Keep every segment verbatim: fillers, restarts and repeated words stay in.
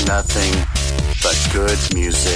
nothing but good music.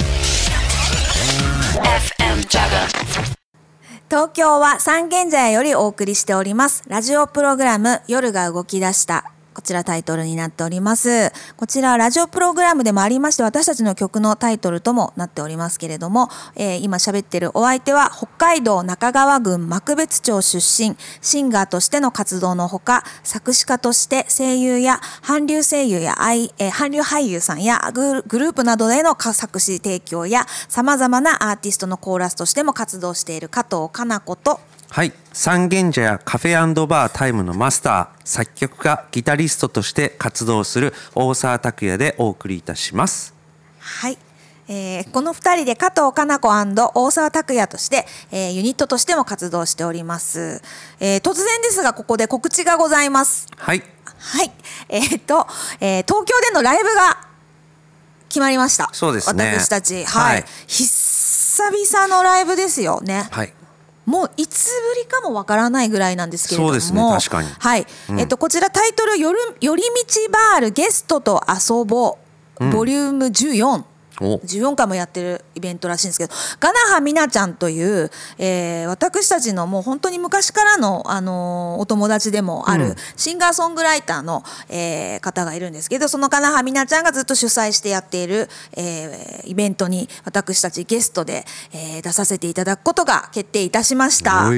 エフエム Jaga。 東京は三軒茶屋よりお送りしておりますラジオプログラム夜が動き出した。こちらタイトルになっております。こちらラジオプログラムでもありまして、私たちの曲のタイトルともなっておりますけれども、えー、今喋ってるお相手は北海道中川郡幕別町出身、シンガーとしての活動のほか、作詞家として声優や韓流声優や、えー、韓流俳優さんやグループなどへの作詞提供や様々なアーティストのコーラスとしても活動している加藤かな子と、 はい、三軒茶屋カフェ&バータイムのマスター、作曲家、ギタリストとして活動する大沢拓也でお送りいたします。 はい、えー、このふたりで加藤かな子&大沢拓也として、えー、ユニットとしても活動しております。えー、突然ですがここで告知がございます。 はいはい、えー、っと、えー、東京でのライブが決まりました。 そうですね、 私たち、はい、はい、久々のライブですよね。 はい、 もういつぶりかもわからないぐらいなんですけれども、 そうですね、確かに、 はい、うん、えっと、こちらタイトルよる寄り道バールゲストと遊ぼう、うん、ボリュームじゅうよん、じゅうよんかいもやってるイベントらしいんですけど、ガナハミナちゃんという、えー、私たちのもう本当に昔からの、あのー、お友達でもあるシンガーソングライターの、えー、方がいるんですけど、そのガナハミナちゃんがずっと主催してやっている、えー、イベントに私たちゲストで、えー、出させていただくことが決定いたしました。はい、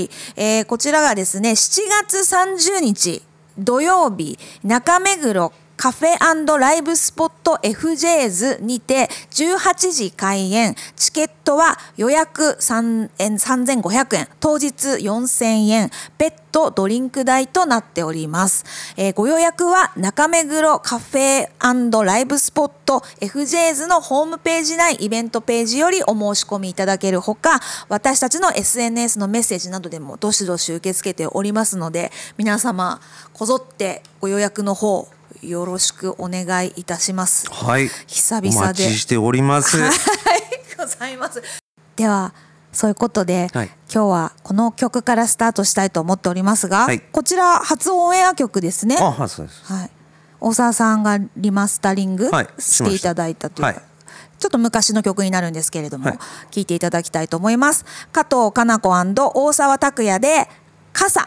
えー、こちらがですねしちがつさんじゅうにち土曜日、中目黒カフェ&ライブスポット エフジェーズ にてじゅうはちじ開演。チケットは予約さんぜんごひゃくえん、当日よんせんえん、別途ドリンク代となっております。えー、ご予約は中目黒カフェ&ライブスポット エフジェーズ のホームページ内イベントページよりお申し込みいただけるほか、私たちの エスエヌエス のメッセージなどでもどしどし受け付けておりますので、皆様こぞってご予約の方よろしくお願いいたします。 はい、 久々でお待ちしております。 はい、ございます。ではそういうことで、はい、今日はこの曲からスタートしたいと思っておりますが、はい、こちら初オンエア曲ですね。 あ、そうです。 はい、大沢さんがリマスタリングしていただいたというか、はい、ちょっと昔の曲になるんですけれども、はい、聴いていただきたいと思います。加藤かな子&大沢拓也で傘。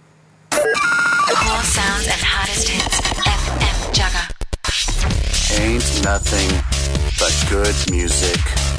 Ain't nothing but good music.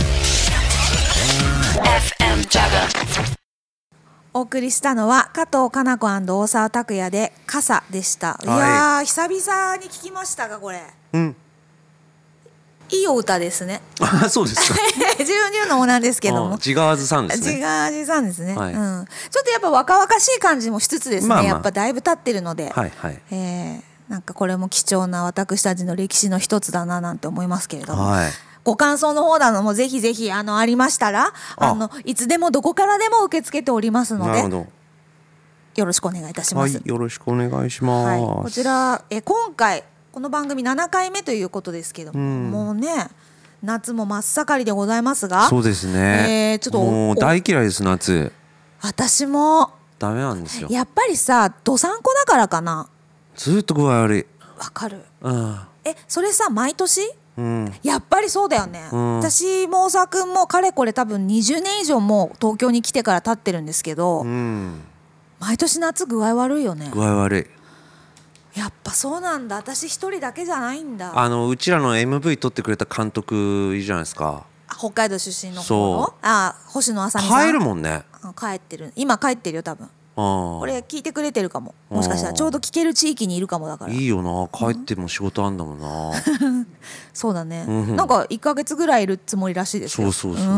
エフエム Jaga。 お送りしたのは加藤かな子&大沢拓也で傘でした。はい、いやー久々に聞きましたがこれ。うん。いいお歌ですね。 あ、そうですか。 自分で言うのもなんですけども。 ジガーズさんですね。 ジガーズさんですね。はい、うん。ちょっとやっぱ若々しい感じもしつつですね。まあまあ、やっぱだいぶ経ってるので。はいはい。えーなんかこれも貴重な私たちの歴史の一つだななんて思いますけれども、はい、ご感想の方などもぜひぜひあのありましたらあのいつでもどこからでも受け付けておりますのでよろしくお願いいたします。 はい、よろしくお願いします。はい、 こちらえ今回この番組ななかいめということですけども、うん、もうね夏も真っ盛りでございますが、 そうですね、えー、ちょっともう大嫌いです夏。 私もダメなんですよ。 やっぱりさどさんこだからかな、 ずっと具合悪い。 わかる、 うん、 えそれさ毎年、 うん、 やっぱりそうだよね、うん、私も大沢くんもかれこれ多分にじゅうねん以上もう東京に来てから経ってるんですけど、うん、毎年夏具合悪いよね。 具合悪い。 やっぱそうなんだ。私一人だけじゃないんだ。 あのうちらの エムブイ 撮ってくれた監督いいじゃないですか。 北海道出身の方のあ星野あさみさん。 帰るもんね。 帰ってる今帰ってるよ多分。これ聞いてくれてるかも。もしかしたらちょうど聞ける地域にいるかもだから。 いいよな、帰っても仕事あんだもんな。 そうだね、うん、なんかいっかげつぐらいいるつもりらしいですよ。 そうそうそうそう。 うん、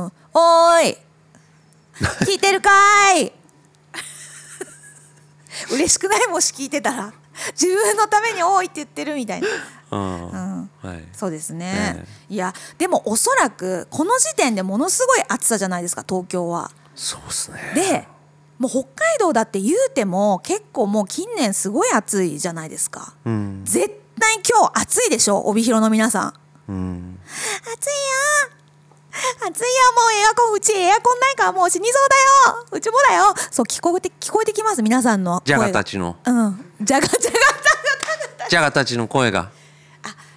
おーい聞いてるかーい嬉しくない？もし聞いてたら自分のために多いって言ってるみたいな。うんうんはい、そうですね、えー、いやでもおそらくこの時点でものすごい暑さじゃないですか東京は。 そうですね。 でもう北海道だって言うても結構もう近年すごい暑いじゃないですか、うん、絶対今日暑いでしょ帯広の皆さん、うん、暑いよ暑いよもうエアコンうちエアコンないからもう死にそうだようちもだよ。そう聞こえて聞こえてきます皆さんの声が。 ジャガたちのうんジャガジャガジャガジャガたちの声が。 あ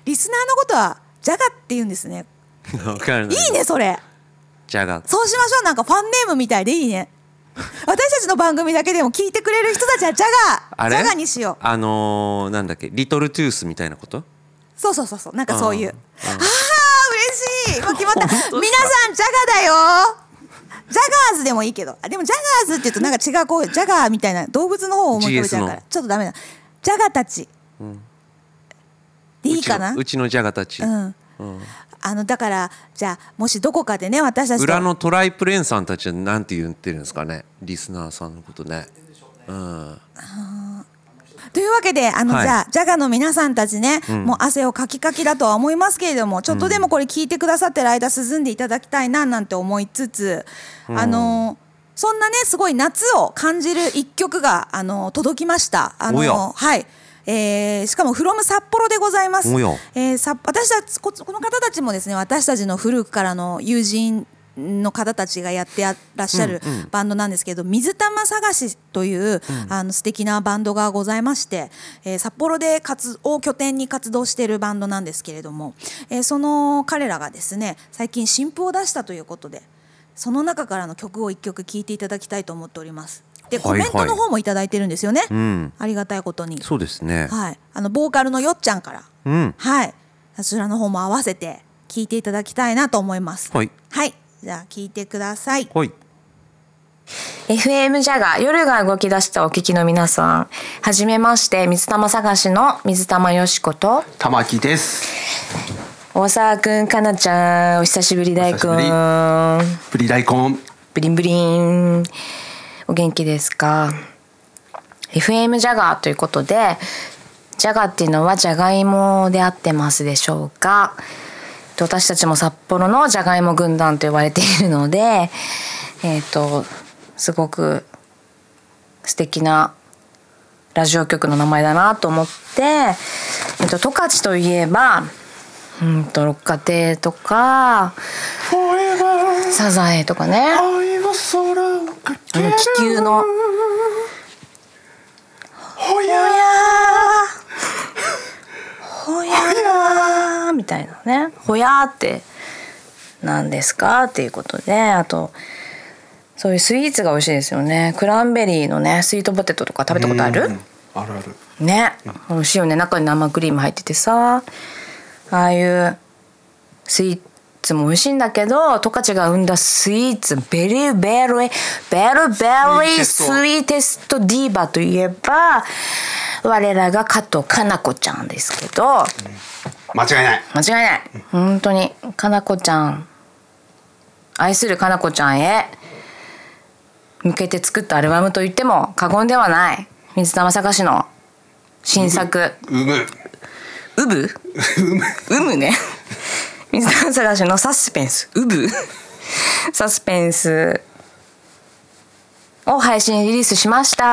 リスナーのことはジャガって言うんですね。 わかる。 いいねそれ。 ジャガ。 そうしましょう。なんかファンネームみたいでいいね。私たちの番組だけでも聞いてくれる人たちはジャガージャガにしよう。 あのー、なんだっけリトルトゥースみたいなこと。 そうそうそうそうなんかそういう。ああー、 嬉しい。もう決まった。皆さんジャガだよ。ジャガーズでもいいけど、あでもジャガーズって言うとなんか違うこうジャガーみたいな動物の方を思い浮かべちゃうからちょっとダメだ。ジャガたち、うん、でいいかな。 うちの、うちのジャガたち、うんうん、あのだからじゃあもしどこかでね私たちと裏のトライプレーンさんたちはなんて言ってるんですかねリスナーさんのことね、うん、 というわけであの、はい、じゃあジャガの皆さんたちね、うん、もう汗をかきかきだとは思いますけれどもちょっとでもこれ聞いてくださってる間涼んでいただきたいななんて思いつつ、うん、あのそんなねすごい夏を感じる一曲があの届きました。あのはい、えー、しかも from 札幌でございます。えー、さ私たち こ, この方たちもですね私たちの古くからの友人の方たちがやってらっしゃるバンドなんですけど、うんうん、水玉探しという、うん、あの素敵なバンドがございまして、えー、札幌で活を拠点に活動しているバンドなんですけれども、えー、その彼らがですね最近新譜を出したということでその中からの曲をいっきょく聴いていただきたいと思っております。でコメントの方もいただいてるんですよね、はいはいうん、ありがたいことに。 そうですね、 はい、あのボーカルのよっちゃんから、うん、はいそちらの方も合わせて聴いていただきたいなと思います。 はい、 はい、じゃあ聴いてください。 はい、 エフエム ジャガ夜が動き出したお聞きの皆さんはじめまして水玉探しの水玉よしこと玉木です。 大沢くんかなちゃんお久しぶり大根ブリ大根ブリンブリンお元気ですか。 エフエム ジャガーということでジャガっていうのはジャガイモで合ってますでしょうか。私たちも札幌のジャガイモ軍団と呼ばれているのでえっとすごく素敵なラジオ局の名前だなと思って、えっと、十勝といえばうんと六花亭とかサザエとかねあの気球のほやーほやーみたいなねほやーって何ですかっていうことであとそういうスイーツが美味しいですよね。クランベリーのねスイートポテトとか食べたことある？ あるあるね、美味しいよね。中に生クリーム入っててさああいうスイーツも美味しいんだけど十勝が生んだスイーツベリーベリーベリーベリースイーテストディーバといえば我らが加藤かな子ちゃんですけど、うん、 間違いない間違いない本当にかな子ちゃん愛するかな子ちゃんへ向けて作ったアルバムと言っても過言ではない水玉探しの新作うむうぶうむね水玉探しのサスペンスうぶサスペンスを配信リリースしました。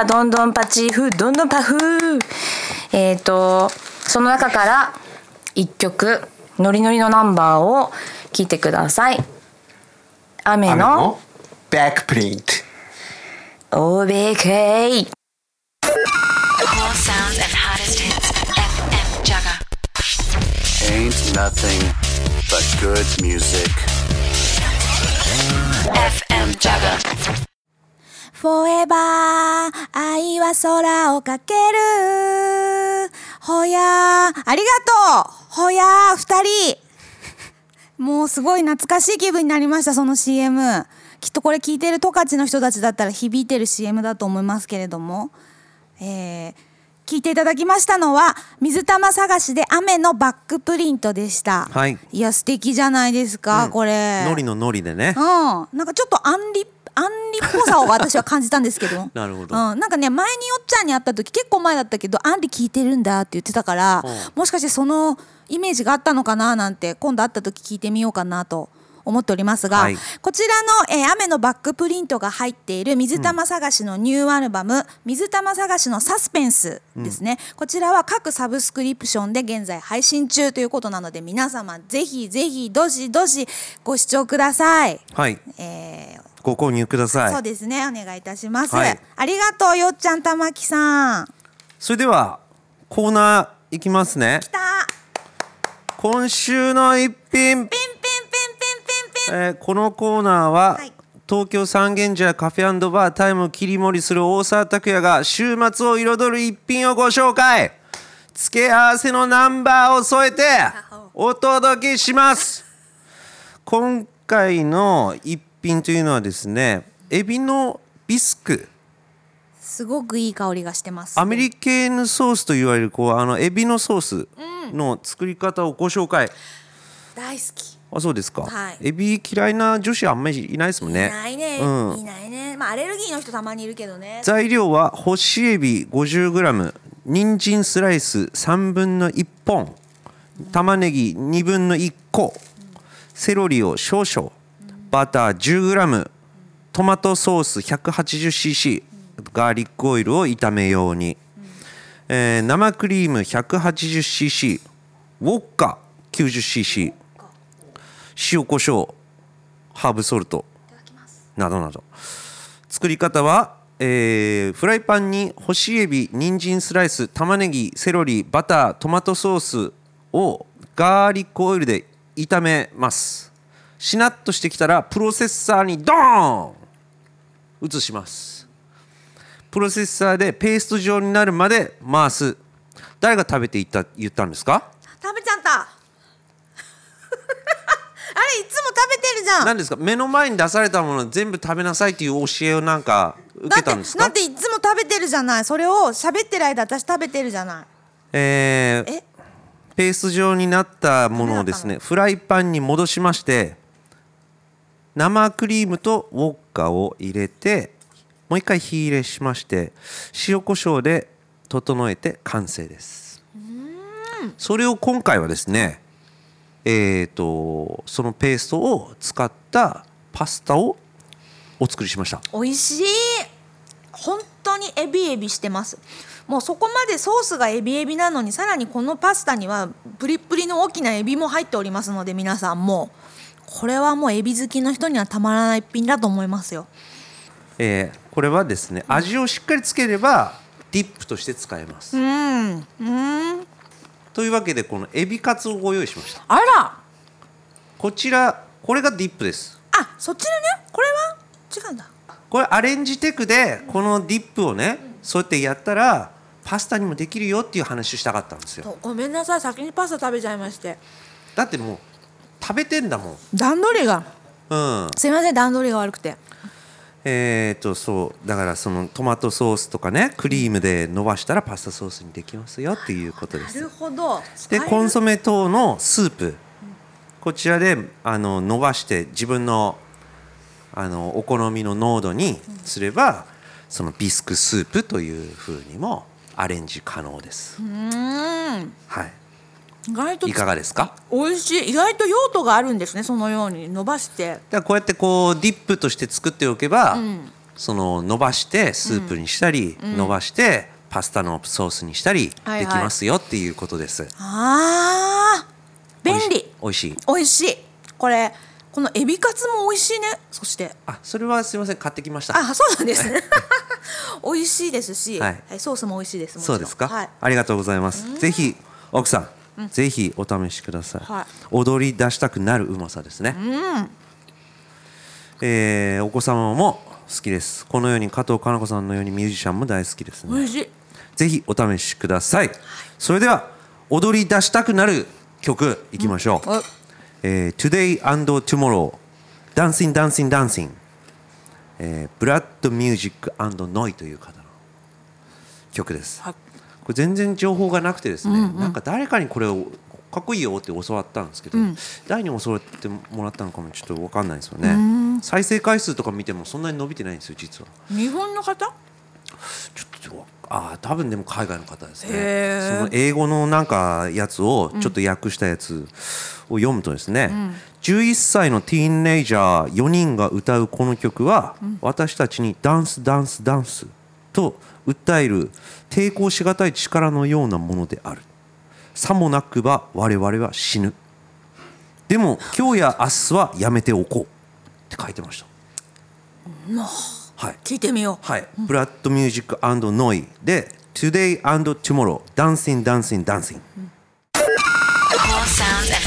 どんどんパチーフどんどんパフーえっとその中からいっきょくノリノリのナンバーを聴いてください。雨のバックプリントオービーケー All sounds and hottest hits.エフエム Jaga. Ain't nothing but good music. エフエム Jaga. Forever 愛は空をかけるほやーありがとうほやー二人もうすごい懐かしい気分になりました。その シーエム きっとこれ聞いてる十勝の人たちだったら響いてる シーエム だと思いますけれども、えー、聞いていただきましたのは水玉探しで雨のバックプリントでした。 はい、 いや素敵じゃないですか、うん、これノリのノリでね、 うん、なんかちょっとアンリアンリっぽさを私は感じたんですけどなるほど、 うん、なんかね前によっちゃんに会った時結構前だったけどアンリ聞いてるんだって言ってたから、うん、もしかしてそのイメージがあったのかななんて今度会った時聞いてみようかなと思っておりますが、はい、こちらの、えー、雨のバックプリントが入っている水玉探しのニューアルバム、うん、水玉探しのサスペンスですね、うん、こちらは各サブスクリプションで現在配信中ということなので皆様ぜひぜひどしどしご視聴ください。 はい、 えー、 ご購入ください。 そうですねお願いいたします、 はい、 ありがとうよっちゃん玉木さん。 それではコーナーいきますね。 きた今週の一品。 ピンピンピンピンピンピン。 えーこのコーナーは、 はい東京三軒茶屋カフェ&バータイムを切り盛りする大沢拓也が週末を彩る一品をご紹介。付け合わせのナンバーを添えてお届けします。今回の一品というのはですね、エビのビスク、 すごくいい香りがしてます。 アメリケーヌソースと言われるこうあのエビのソースの作り方をご紹介。 大好き。 あ、そうですか、 はいエビ嫌いな女子あんまりいないですもんね。 いないね、 うんいないね。まあアレルギーの人たまにいるけどね。 材料は干しエビ ごじゅうグラム、 人参スライスさんぶんのいっぽん、玉ねぎにぶんのいっこ、セロリを少々、バター じゅうグラム、トマトソース ひゃくはちじゅうシーシー、ガーリックオイルを炒めように、えー生クリーム ひゃくはちじゅうシーシー、ウォッカ きゅうじゅうシーシー、塩コショウ、ハーブソルトなどなど。作り方は、えーフライパンに干しエビ、人参スライス、玉ねぎ、セロリ、バター、トマトソースをガーリックオイルで炒めます。しなっとしてきたらプロセッサーにドーン移します。プロセッサーでペースト状になるまで回す。誰が食べていった言ったんですか？ 食べちゃったあれいつも食べてるじゃん。 何ですか？目の前に出されたもの全部食べなさいという教えをなんか受けたんですか？ だってだっていつも食べてるじゃない。それを喋ってる間私食べてるじゃない。 えーえペースト状になったものをですねフライパンに戻しまして、生クリームとウォッカを入れてもう一回火入れしまして、塩コショウで整えて完成です。それを今回はですね、えーとそのペーストを使ったパスタをお作りしました。 美味しい。本当にエビエビしてます。もうそこまでソースがエビエビなのに、さらにこのパスタにはプリプリの大きなエビも入っておりますので、皆さんもこれはもうエビ好きの人にはたまらない一品だと思いますよ。 えーこれはですね味をしっかりつければディップとして使えます。 うんうんというわけでこのエビカツをご用意しました。 あら、 こちらこれがディップです。 あ、そっちのね、これは違うんだ。 これアレンジテクでこのディップをねそうやってやったらパスタにもできるよっていう話をしたかったんですよ。 ごめんなさい、先にパスタ食べちゃいまして。 だってもう食べてんだもん。 段取りが、 うんすいません、段取りが悪くて。 えーとそうだからそのトマトソースとかねクリームで伸ばしたらパスタソースにできますよっていうことでなす。 るほど。 でコンソメ等のスープ、こちらであの伸ばして自分のあのお好みの濃度にすれば、そのビスクスープという風にもアレンジ可能です。 うーん、 はい、 意外といかがですか？ 美味しい。意外と用途があるんですね。そのように伸ばして。 だからこうやってこうディップとして作っておけば、その伸ばしてスープにしたり、伸ばしてパスタのソースにしたりはいはいできますよっていうことです。 あー、便利。 おいしい。 美味しい。これこのエビカツも美味しいね。そしてあ、それはすみません買ってきました。 あ、そうなんですね美味しいですし、 はいはい、ソースも美味しいです。もちろんそうですか、 はい、 ありがとうございます。ぜひ奥さん、ぜひお試しください、 はい、 踊り出したくなるうまさですね。えーお子様も好きです。このように加藤かな子さんのようにミュージシャンも大好きですね。 美味しい。 ぜひお試しください、はい、それでは踊り出したくなる曲いきましょう、うんえー、Today and Tomorrow Dancing Dancing Dancing、えー、Blood Music and Noi という方の曲です、はい、これ全然情報がなくてですね、うんうん、なんか誰かにこれをかっこいいよって教わったんですけど、うん、誰に教わってもらったのかもちょっと分かんないですよね。再生回数とか見てもそんなに伸びてないんですよ実は。 日本の方？ ちょっとあ多分でも海外の方ですね。その英語のなんかやつをちょっと訳したやつを読むとですね、うん、じゅういっさいのティーンエイジャーよにんが歌うこの曲は、うん、私たちにダンスダンスダンスと訴える抵抗しがたい力のようなものである。さもなくば我々は死ぬ。でも今日や明日はやめておこうって書いてました。 うんはい、聞いてみよう。 はい、ブラッドミュージック&ノイで Today and Tomorrow Dancing Dancing Dancing。 All sounds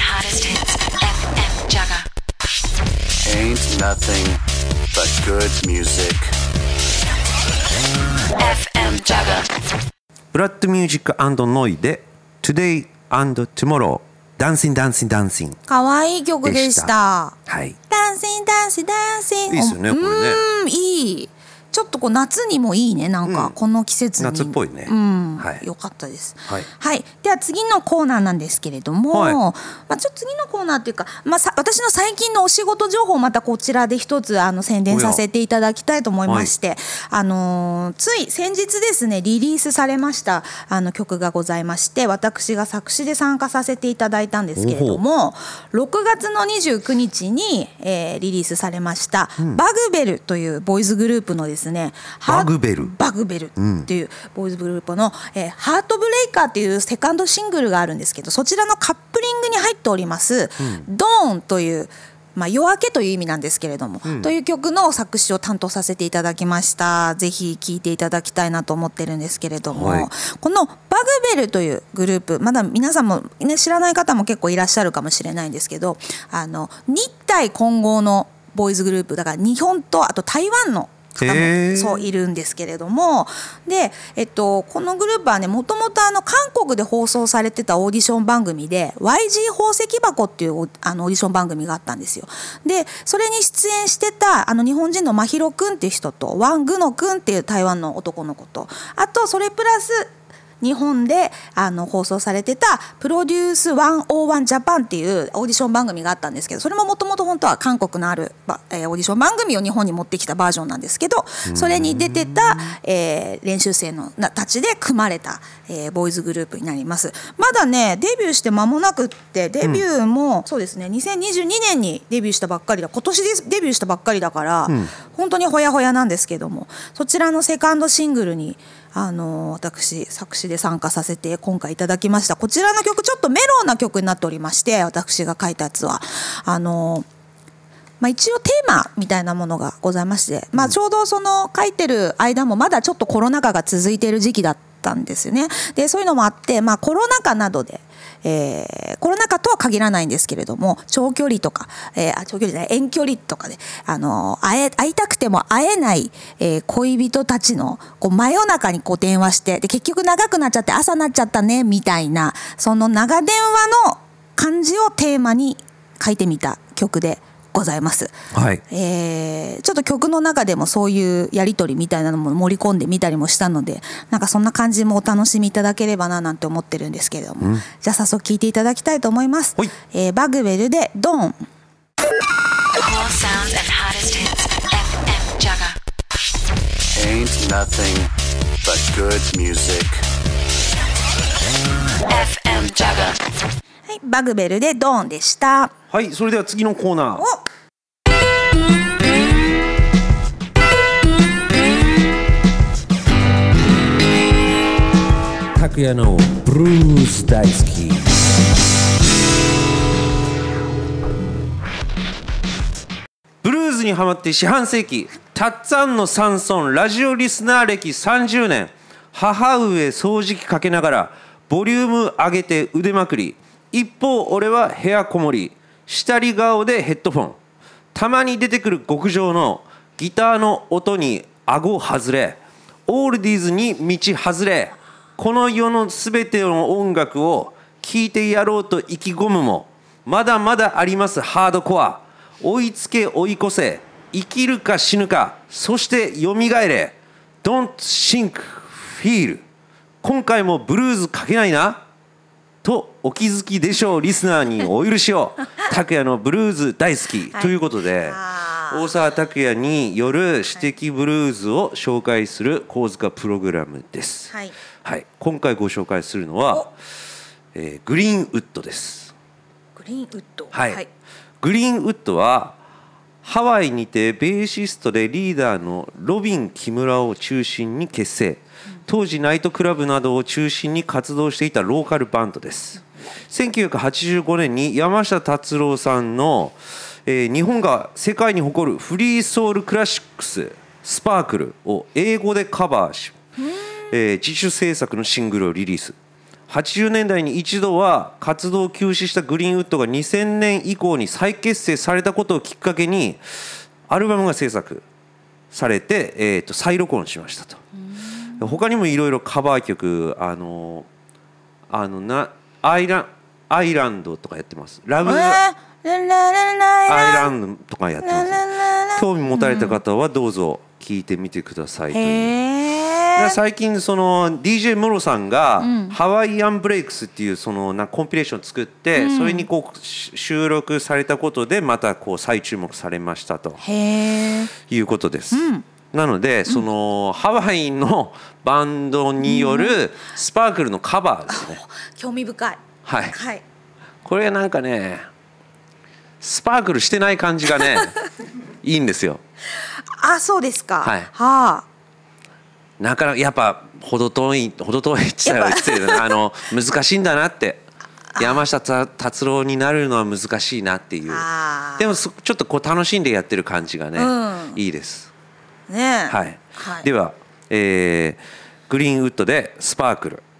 Ain't nothing but good music. エフエム Jaga. ブラッドミュージック&ノイで Today and Tomorrow Dancing Dancing Dancing 可愛い曲でした。 はい。 ダンシンダンシンダンシン。 いいですよねこれね。 うん、いい。ちょっとこう夏にもいいね、なんか、 うん、 この季節に夏っぽいね、 うん、 はい、 よかったです、 はいはい、では次のコーナーなんですけれども、 はい、 まあ、ちょっと次のコーナーっていうか、まあ、さ私の最近のお仕事情報をまたこちらで一つあの宣伝させていただきたいと思いまして、はい、あのー、つい先日ですねリリースされましたあの曲がございまして、私が作詞で参加させていただいたんですけれども、ろくがつのにじゅうくにちに、えー、リリースされました、うん、バグベルというボーイズグループのですね、 バグベルバグベルっていうボーイズグループの、えー、ハートブレイカーっていうセカンドシングルがあるんですけど、そちらのカップリングに入っております、うん、ドーンという、まあ、夜明けという意味なんですけれども、うん、という曲の作詞を担当させていただきました。ぜひ聴いていただきたいなと思ってるんですけれども、はい、このバグベルというグループ、まだ皆さんも、ね、知らない方も結構いらっしゃるかもしれないんですけど、あの日台混合のボーイズグループだから、日本とあと台湾の方もそういるんですけれども、で、えっと、このグループはね、もともとあの韓国で放送されてたオーディション番組で ワイジー 宝石箱っていうあのオーディション番組があったんですよ。でそれに出演してたあの日本人のまひろくんっていう人とワン・グノくんっていう台湾の男の子と、あとそれプラス日本であの放送されてたプロデュースひゃくいちジャパンっていうオーディション番組があったんですけど、それももともと本当は韓国のある、えー、オーディション番組を日本に持ってきたバージョンなんですけど、それに出てた、えー、練習生のたちで組まれた、えー、ボーイズグループになります。まだねデビューして間もなくって、デビューも、うん、そうですねにせんにじゅうにねんにデビューしたばっかりだ、今年でデビューしたばっかりだから、うん、本当にほやほやなんですけども、そちらのセカンドシングルにあの私作詞で参加させて今回いただきました。こちらの曲ちょっとメロウな曲になっておりまして、私が書いたやつはあの、まあ、一応テーマみたいなものがございまして、まあ、ちょうどその書いてる間もまだちょっとコロナ禍が続いている時期だったんですよね。でそういうのもあって、まあ、コロナ禍などでえー、コロナ禍とは限らないんですけれども、長距離とか、えー、あ長距離じゃない遠距離とかで、あのー、会え会いたくても会えない、えー、恋人たちのこう真夜中にこう電話して、で結局長くなっちゃって朝なっちゃったねみたいな、その長電話の感じをテーマに書いてみた曲でございます、はい。えー、ちょっと曲の中でもそういうやり取りみたいなのも盛り込んでみたりもしたので、なんかそんな感じもお楽しみいただければななんて思ってるんですけれども、うん、じゃあ早速聴いていただきたいと思います、えー、バグベルでドーン。 Ain't nothing but good music. エフエム Jaga。 はい、バグベルでドーンでした。 はい、それでは次のコーナー。拓也のブルース大好き。ブルーズにハマって四半世紀、たっつぁんの山村ラジオリスナー歴さんじゅうねん、母上掃除機かけながらボリューム上げて腕まくり、一方俺は部屋こもり、下り顔でヘッドフォン、たまに出てくる極上のギターの音に顎外れ、オールディーズに道外れ、この世のすべての音楽を聴いてやろうと意気込むも、まだまだありますハードコア、追いつけ追い越せ、生きるか死ぬか、そしてよみがえれ、 Don't think feel。 今回もブルーズ書けないなとお気づきでしょう。リスナーにお許しを。拓也のブルーズ大好き、はい、ということで大沢拓也による私的ブルーズを紹介する神塚プログラムです、はいはい、今回ご紹介するのは、えー、グリーンウッドです。 グリーンウッド、 はい、はい、グリーンウッドはハワイにてベーシストでリーダーのロビン木村を中心に結成。当時ナイトクラブなどを中心に活動していたローカルバンドです。せんきゅうひゃくはちじゅうごねんに山下達郎さんの、えー、日本が世界に誇るフリーソウルクラシックススパークルを英語でカバーし、えー、自主制作のシングルをリリース。 はちじゅうねんだいに一度は活動を休止したグリーンウッドがにせんねん以降に再結成されたことをきっかけにアルバムが制作されて、えー、と再録音しましたと。他にもいろいろカバー曲、あのあのなアイラアイランドとかやってます。ラブ、えー、アイランドとかやってます。興味持たれた方はどうぞ聞いてみてくださいという。最近その ディージェー ムロさんが、うん、ハワイアンブレイクスっていうそのなコンピレーションを作って、うん、それにこう収録されたことでまたこう再注目されましたということです。うん、なのでその、うん、ハワイのバンドによるスパークルのカバーですね。 うん、興味深い。 はい。はい、これなんかねスパークルしてない感じがねいいんですよ。 あ、そうですか。 はい。 はあ。 なかなかやっぱ程遠い程遠いって言ったら失礼だなあの難しいんだなって山下達郎になるのは難しいなっていう。でもちょっとこう楽しんでやってる感じがね、うん、いいです。 ね。 はい。はい、では、えー、グリーンウッドでスパークル。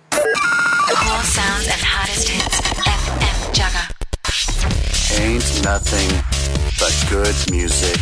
Ain't nothing but good music.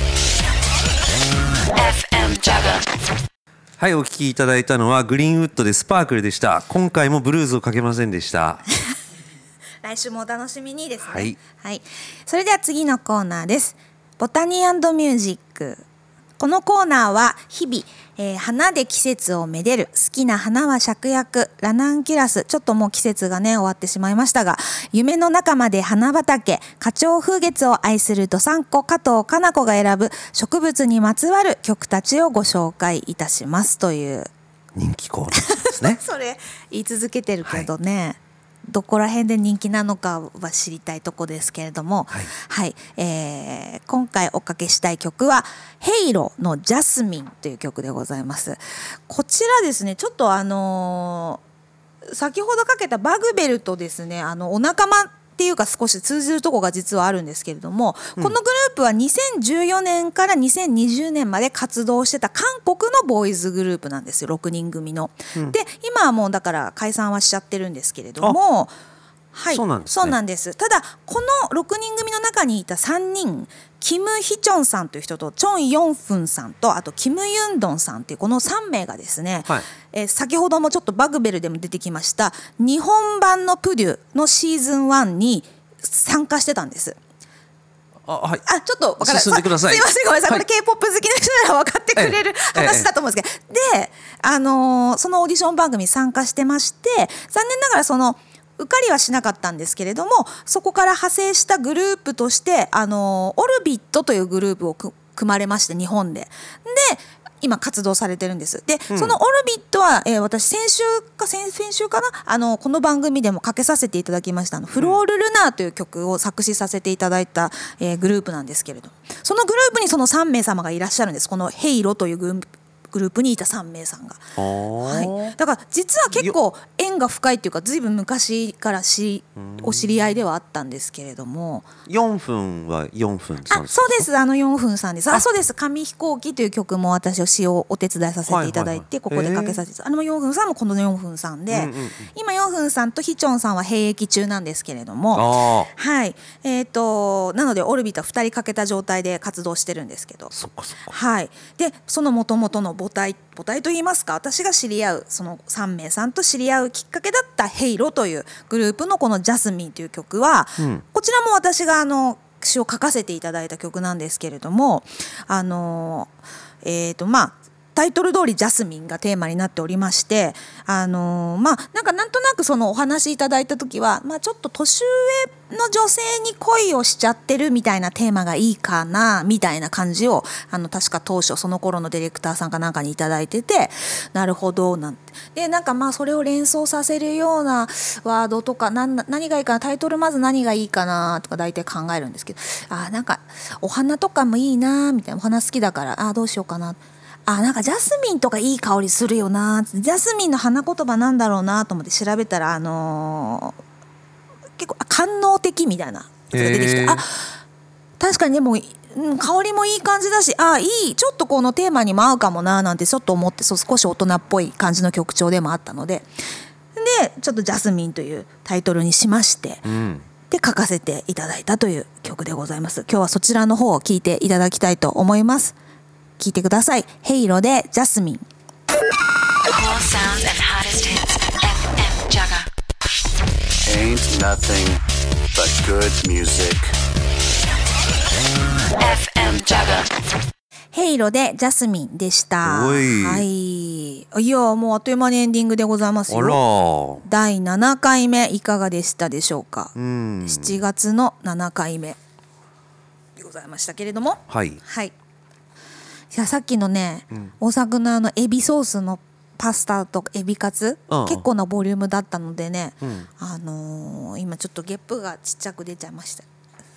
エフエム Jaga。 はい、お聞きいただいたのはグリーンウッドでスパークルでした。今回もブルーズをかけませんでした。 来週もお楽しみにですね。 はい、 はい、それでは次のコーナーです。ボタニー&ミュージック。このコーナーは日々、えー、花で季節をめでる、好きな花は芍薬、ラナンキュラス、ちょっともう季節がね終わってしまいましたが、夢の中まで花畑、花鳥風月を愛するどさんこ加藤かな子が選ぶ植物にまつわる曲たちをご紹介いたしますという人気コーナーですね。 それ言い続けてるけどね、はい、どこら辺で人気なのかは知りたいとこですけれども、はい、はい、えー、今回おかけしたい曲はヘイロのジャスミンという曲でございます。こちらですね、ちょっとあのー、先ほどかけたバグベルとですね、あのお仲間っていうか少し通じるところが実はあるんですけれども、うん、このグループはにせんじゅうよねんからにせんにじゅうねんまで活動してた韓国のボーイズグループなんですよ。ろくにん組の、うん、で今はもうだから解散はしちゃってるんですけれども、はい、 そうなんですね。 そうなんです。ただこのろくにん組の中にいたさんにん、キム・ヒチョンさんという人とチョン・ヨンフンさんとあとキム・ユンドンさんというこのさんめいがですね、はい、えー、先ほどもちょっとバグベルでも出てきました日本版のプデュのシーズンワンに参加してたんです。 あ、はい、 あ、ちょっと分から進んでください。 すいません、ごめんなさい、はい、これ K-ポップ 好きな人なら分かってくれる話だと思うんですけど、ええ、で、あのー、そのオーディション番組に参加してまして、残念ながらその受かりはしなかったんですけれども、そこから派生したグループとして、あのー、オルビットというグループを組まれまして、日本でで今活動されてるんです。で、うん、そのオルビットは、えー、私先週か先々週かな、あのこの番組でもかけさせていただきましたあのフロール・ルナーという曲を作詞させていただいた、えー、グループなんですけれども、そのグループにそのさんめい様がいらっしゃるんです。このヘイロというグループグループにいたさんめいさんが、はい、だから実は結構縁が深いっていうか、ずいぶん昔からしお知り合いではあったんですけれども。 よんふんはよんふんさんですか？ あ、そうです、あのよんふんさんです。あ、そうです、紙飛行機という曲も私を詩をお手伝いさせていただいて、ここでかけさせて、あのよんふんさんもこのよんふんさんで、うんうんうん、今よんふんさんとヒチョンさんは兵役中なんですけれども、はい、えーとなのでオルビットはふたりかけた状態で活動してるんですけど、 そっかそっか、 はい、でその元々の母体母体といいますか、私が知り合うそのさんめいさんと知り合うきっかけだったヘイロというグループのこのジャスミンという曲は、うん、こちらも私があの詩を書かせていただいた曲なんですけれども、あのえーとまあタイトル通りジャスミンがテーマになっておりまして、あのー、まあなんかなんとなくそのお話いただいた時は、まあ、ちょっと年上の女性に恋をしちゃってるみたいなテーマがいいかなみたいな感じを、あの確か当初その頃のディレクターさんかなんかにいただいてて、なるほどなんて、でなんかまあそれを連想させるようなワードとか、何何がいいかな、タイトルまず何がいいかなとか大体考えるんですけど、あなんかお花とかもいいなみたいな、お花好きだからあどうしようかな、あなんかジャスミンとかいい香りするよな、ジャスミンの花言葉なんだろうなと思って調べたら、あのー、結構官能的みたいなやつが出てきて、あ確かにでも、うん、香りもいい感じだし、あいいちょっとこのテーマにも合うかもななんてちょっと思って、そう少し大人っぽい感じの曲調でもあったので、ででちょっとジャスミンというタイトルにしまして、 うん、 で書かせていただいたという曲でございます。今日はそちらの方を聴いていただきたいと思います。聴いてください。ヘイロでジャスミン。 All sounds and hottest hits. エフエム Jaga. Ain't nothing but good music. エフエム Jaga. ヘイロでジャスミンでした。 おい、 はい。いやもうあっという間にエンディングでございますよ。 あら、 だいななかいめいかがでしたでしょうか。 うん、 しちがつのななかいめでございましたけれども、 はいはい。いやさっきのね、 うん、 大作のあのエビソースのパスタとエビカツ、 うん、 結構なボリュームだったのでね、 うん、 あのー、今ちょっとゲップがちっちゃく出ちゃいました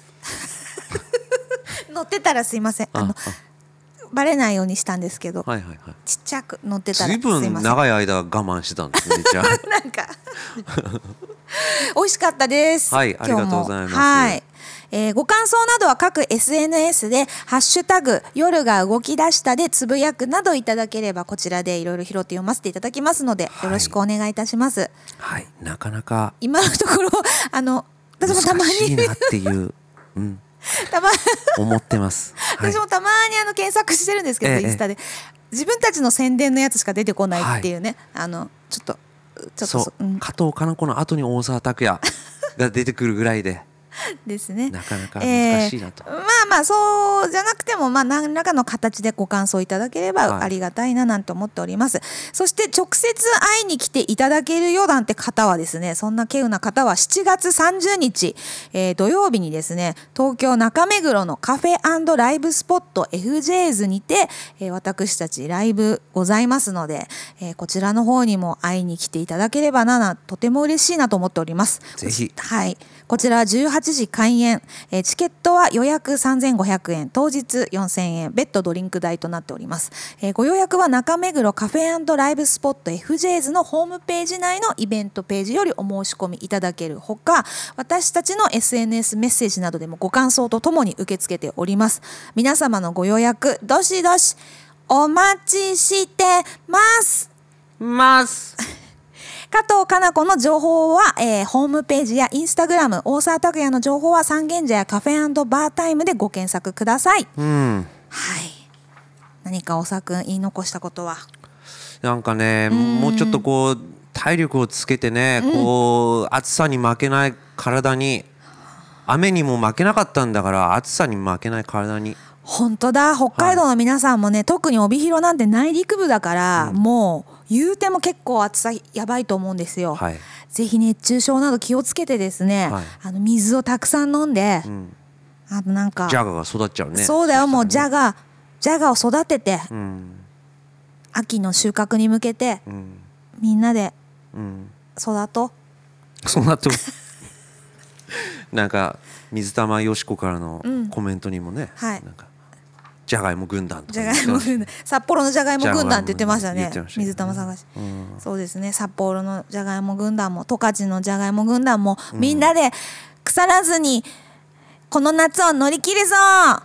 乗ってたらすいません、あのああバレないようにしたんですけど、 はいはいはい、 ちっちゃく乗ってたらすい随ません。 分長い間我慢してたんですねじゃあなんか美味しかったです。 はい、ありがとうございます。 はい、えー、ご感想などは各 エスエヌエス でハッシュタグ夜が動き出したでつぶやくなどいただければこちらでいろいろ拾って読ませていただきますので、 はい、 よろしくお願いいたします。 はい、なかなか今のところあの私もたまに難しいなっていううんたま思ってます、はい、 私もたまにあの検索してるんですけど、ええ、インスタで自分たちの宣伝のやつしか出てこないっていうね、はい、あのちょっとちょっとそう、 うん、 加藤かな子の後に大沢拓也が出てくるぐらいでですね、 なかなか難しいなと、 えー、まあまあそうじゃなくても、まあ、何らかの形でご感想いただければありがたいななんて思っております、はい、そして直接会いに来ていただけるよなんて方はですね、そんな稀有な方はしちがつさんじゅうにち、えー、土曜日にですね東京中目黒のカフェ&ライブスポット エフジェーズ にて、えー、私たちライブございますので、えー、こちらの方にも会いに来ていただければななとても嬉しいなと思っております。 ぜひ、 はい、こちらはじゅうはちじ開演、えー、チケットは予約さんぜんごひゃくえん、当日よんせんえん、別途ドリンク代となっております、えー、ご予約は中目黒カフェ&ライブスポット エフジェーズ のホームページ内のイベントページよりお申し込みいただけるほか、私たちの エスエヌエス メッセージなどでもご感想とともに受け付けております。皆様のご予約どしどしお待ちしてますます加藤かな子の情報は、えー、ホームページやインスタグラム、大沢拓也の情報は三軒茶屋カフェ&バータイムでご検索ください、 うん、 はい。何か大沢くん言い残したことは？ なんかね、もうちょっとこう体力をつけてね、うん、こう暑さに負けない体に、雨にも負けなかったんだから暑さに負けない体に。 本当だ、北海道の皆さんもね、はい、特に帯広なんて内陸部だから、うん、もう言うても結構暑さやばいと思うんですよ、はい、ぜひ熱中症など気をつけてですね、はい、あの水をたくさん飲んで、うん、あとなんかジャガが育っちゃうね。 そうだよ、もうジャガジャガを育てて、うん、秋の収穫に向けて、うん、みんなで育とう、 その後なんか水玉よしこからのコメントにもね、うん、はい、なんかじゃがいも軍団とか、 じゃがいも軍団、札幌のじゃがいも軍団って言ってましたね、水玉探し、うん、そうですね、札幌のじゃがいも軍団も十勝のじゃがいも軍団も、うん、みんなで腐らずにこの夏を乗り切るぞ、はい、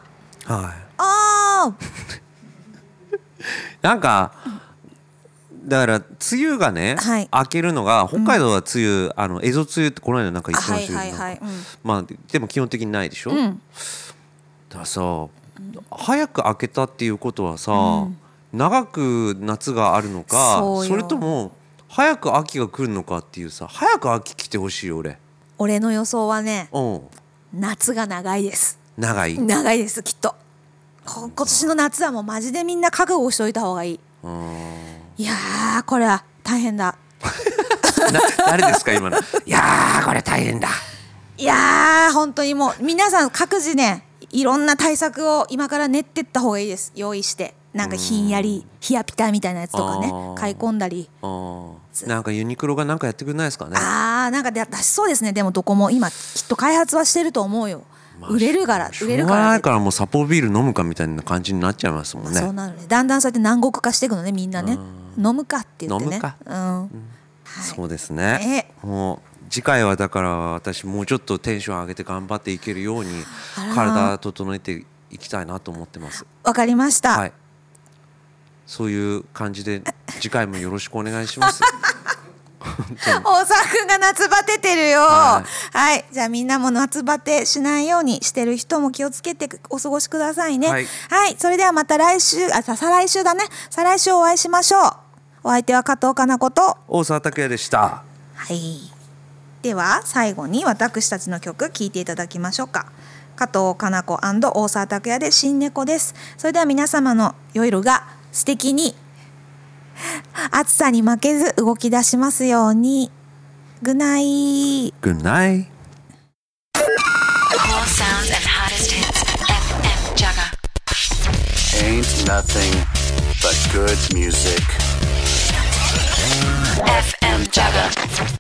おーなんかだから梅雨がね、はい、明けるのが北海道は梅雨、うん、あの蝦夷梅雨ってこの間なんか言ってましたけど、はいはいはい、うん、まあでも基本的にないでしょ、うん、だからさ、早く明けたっていうことはさ、うん、長く夏があるのか、 そ, それとも早く秋が来るのかっていうさ、早く秋来てほしいよ俺。 俺の予想はね、 うん、 夏が長いです。 長い長いですきっと。今年の夏はもうマジでみんな覚悟しといた方がいい。うん、いやーこれは大変だ誰ですか今のいやーこれ大変だ。 いやー本当にもう皆さん各自ね、いろんな対策を今から練ってった方がいいです。用意してなんかひんやり冷やピタみたいなやつとかね、買い込んだり。あなんかユニクロがなんかやってくれないですかね。 あーなんか出しそうですね。でもどこも今きっと開発はしてると思うよ。まあ、売れるから売れるから。 ないからもう札幌ビール飲むかみたいな感じになっちゃいますもんね。 そうなのね。だんだんそうやって南国化していくのね、みんなね。飲むかって言ってね。 飲むか。 うん。うんはい、そうですね。もう次回はだから私もうちょっとテンション上げて頑張っていけるように体整えていきたいなと思ってます。 わかりました。 はい。そういう感じで次回もよろしくお願いします。 大沢くんが夏バテてるよ。 ははい、じゃあみんなも夏バテしないようにしてる人も気をつけてお過ごしくださいね。 はい、 はい、それではまた来週、あ、再来週だね。再来週お会いしましょう。お相手は加藤かな子と大沢拓也でした。 はい。では最後に私たちの曲聴いていただきましょうか。加藤かな子&大沢拓也で新猫です。それでは皆様の夜が素敵に暑さに負けず動き出しますように。グナイ。 Good night. All sounds and hottest hits. F M Jaga. Ain't nothing but good music. F M Jaga.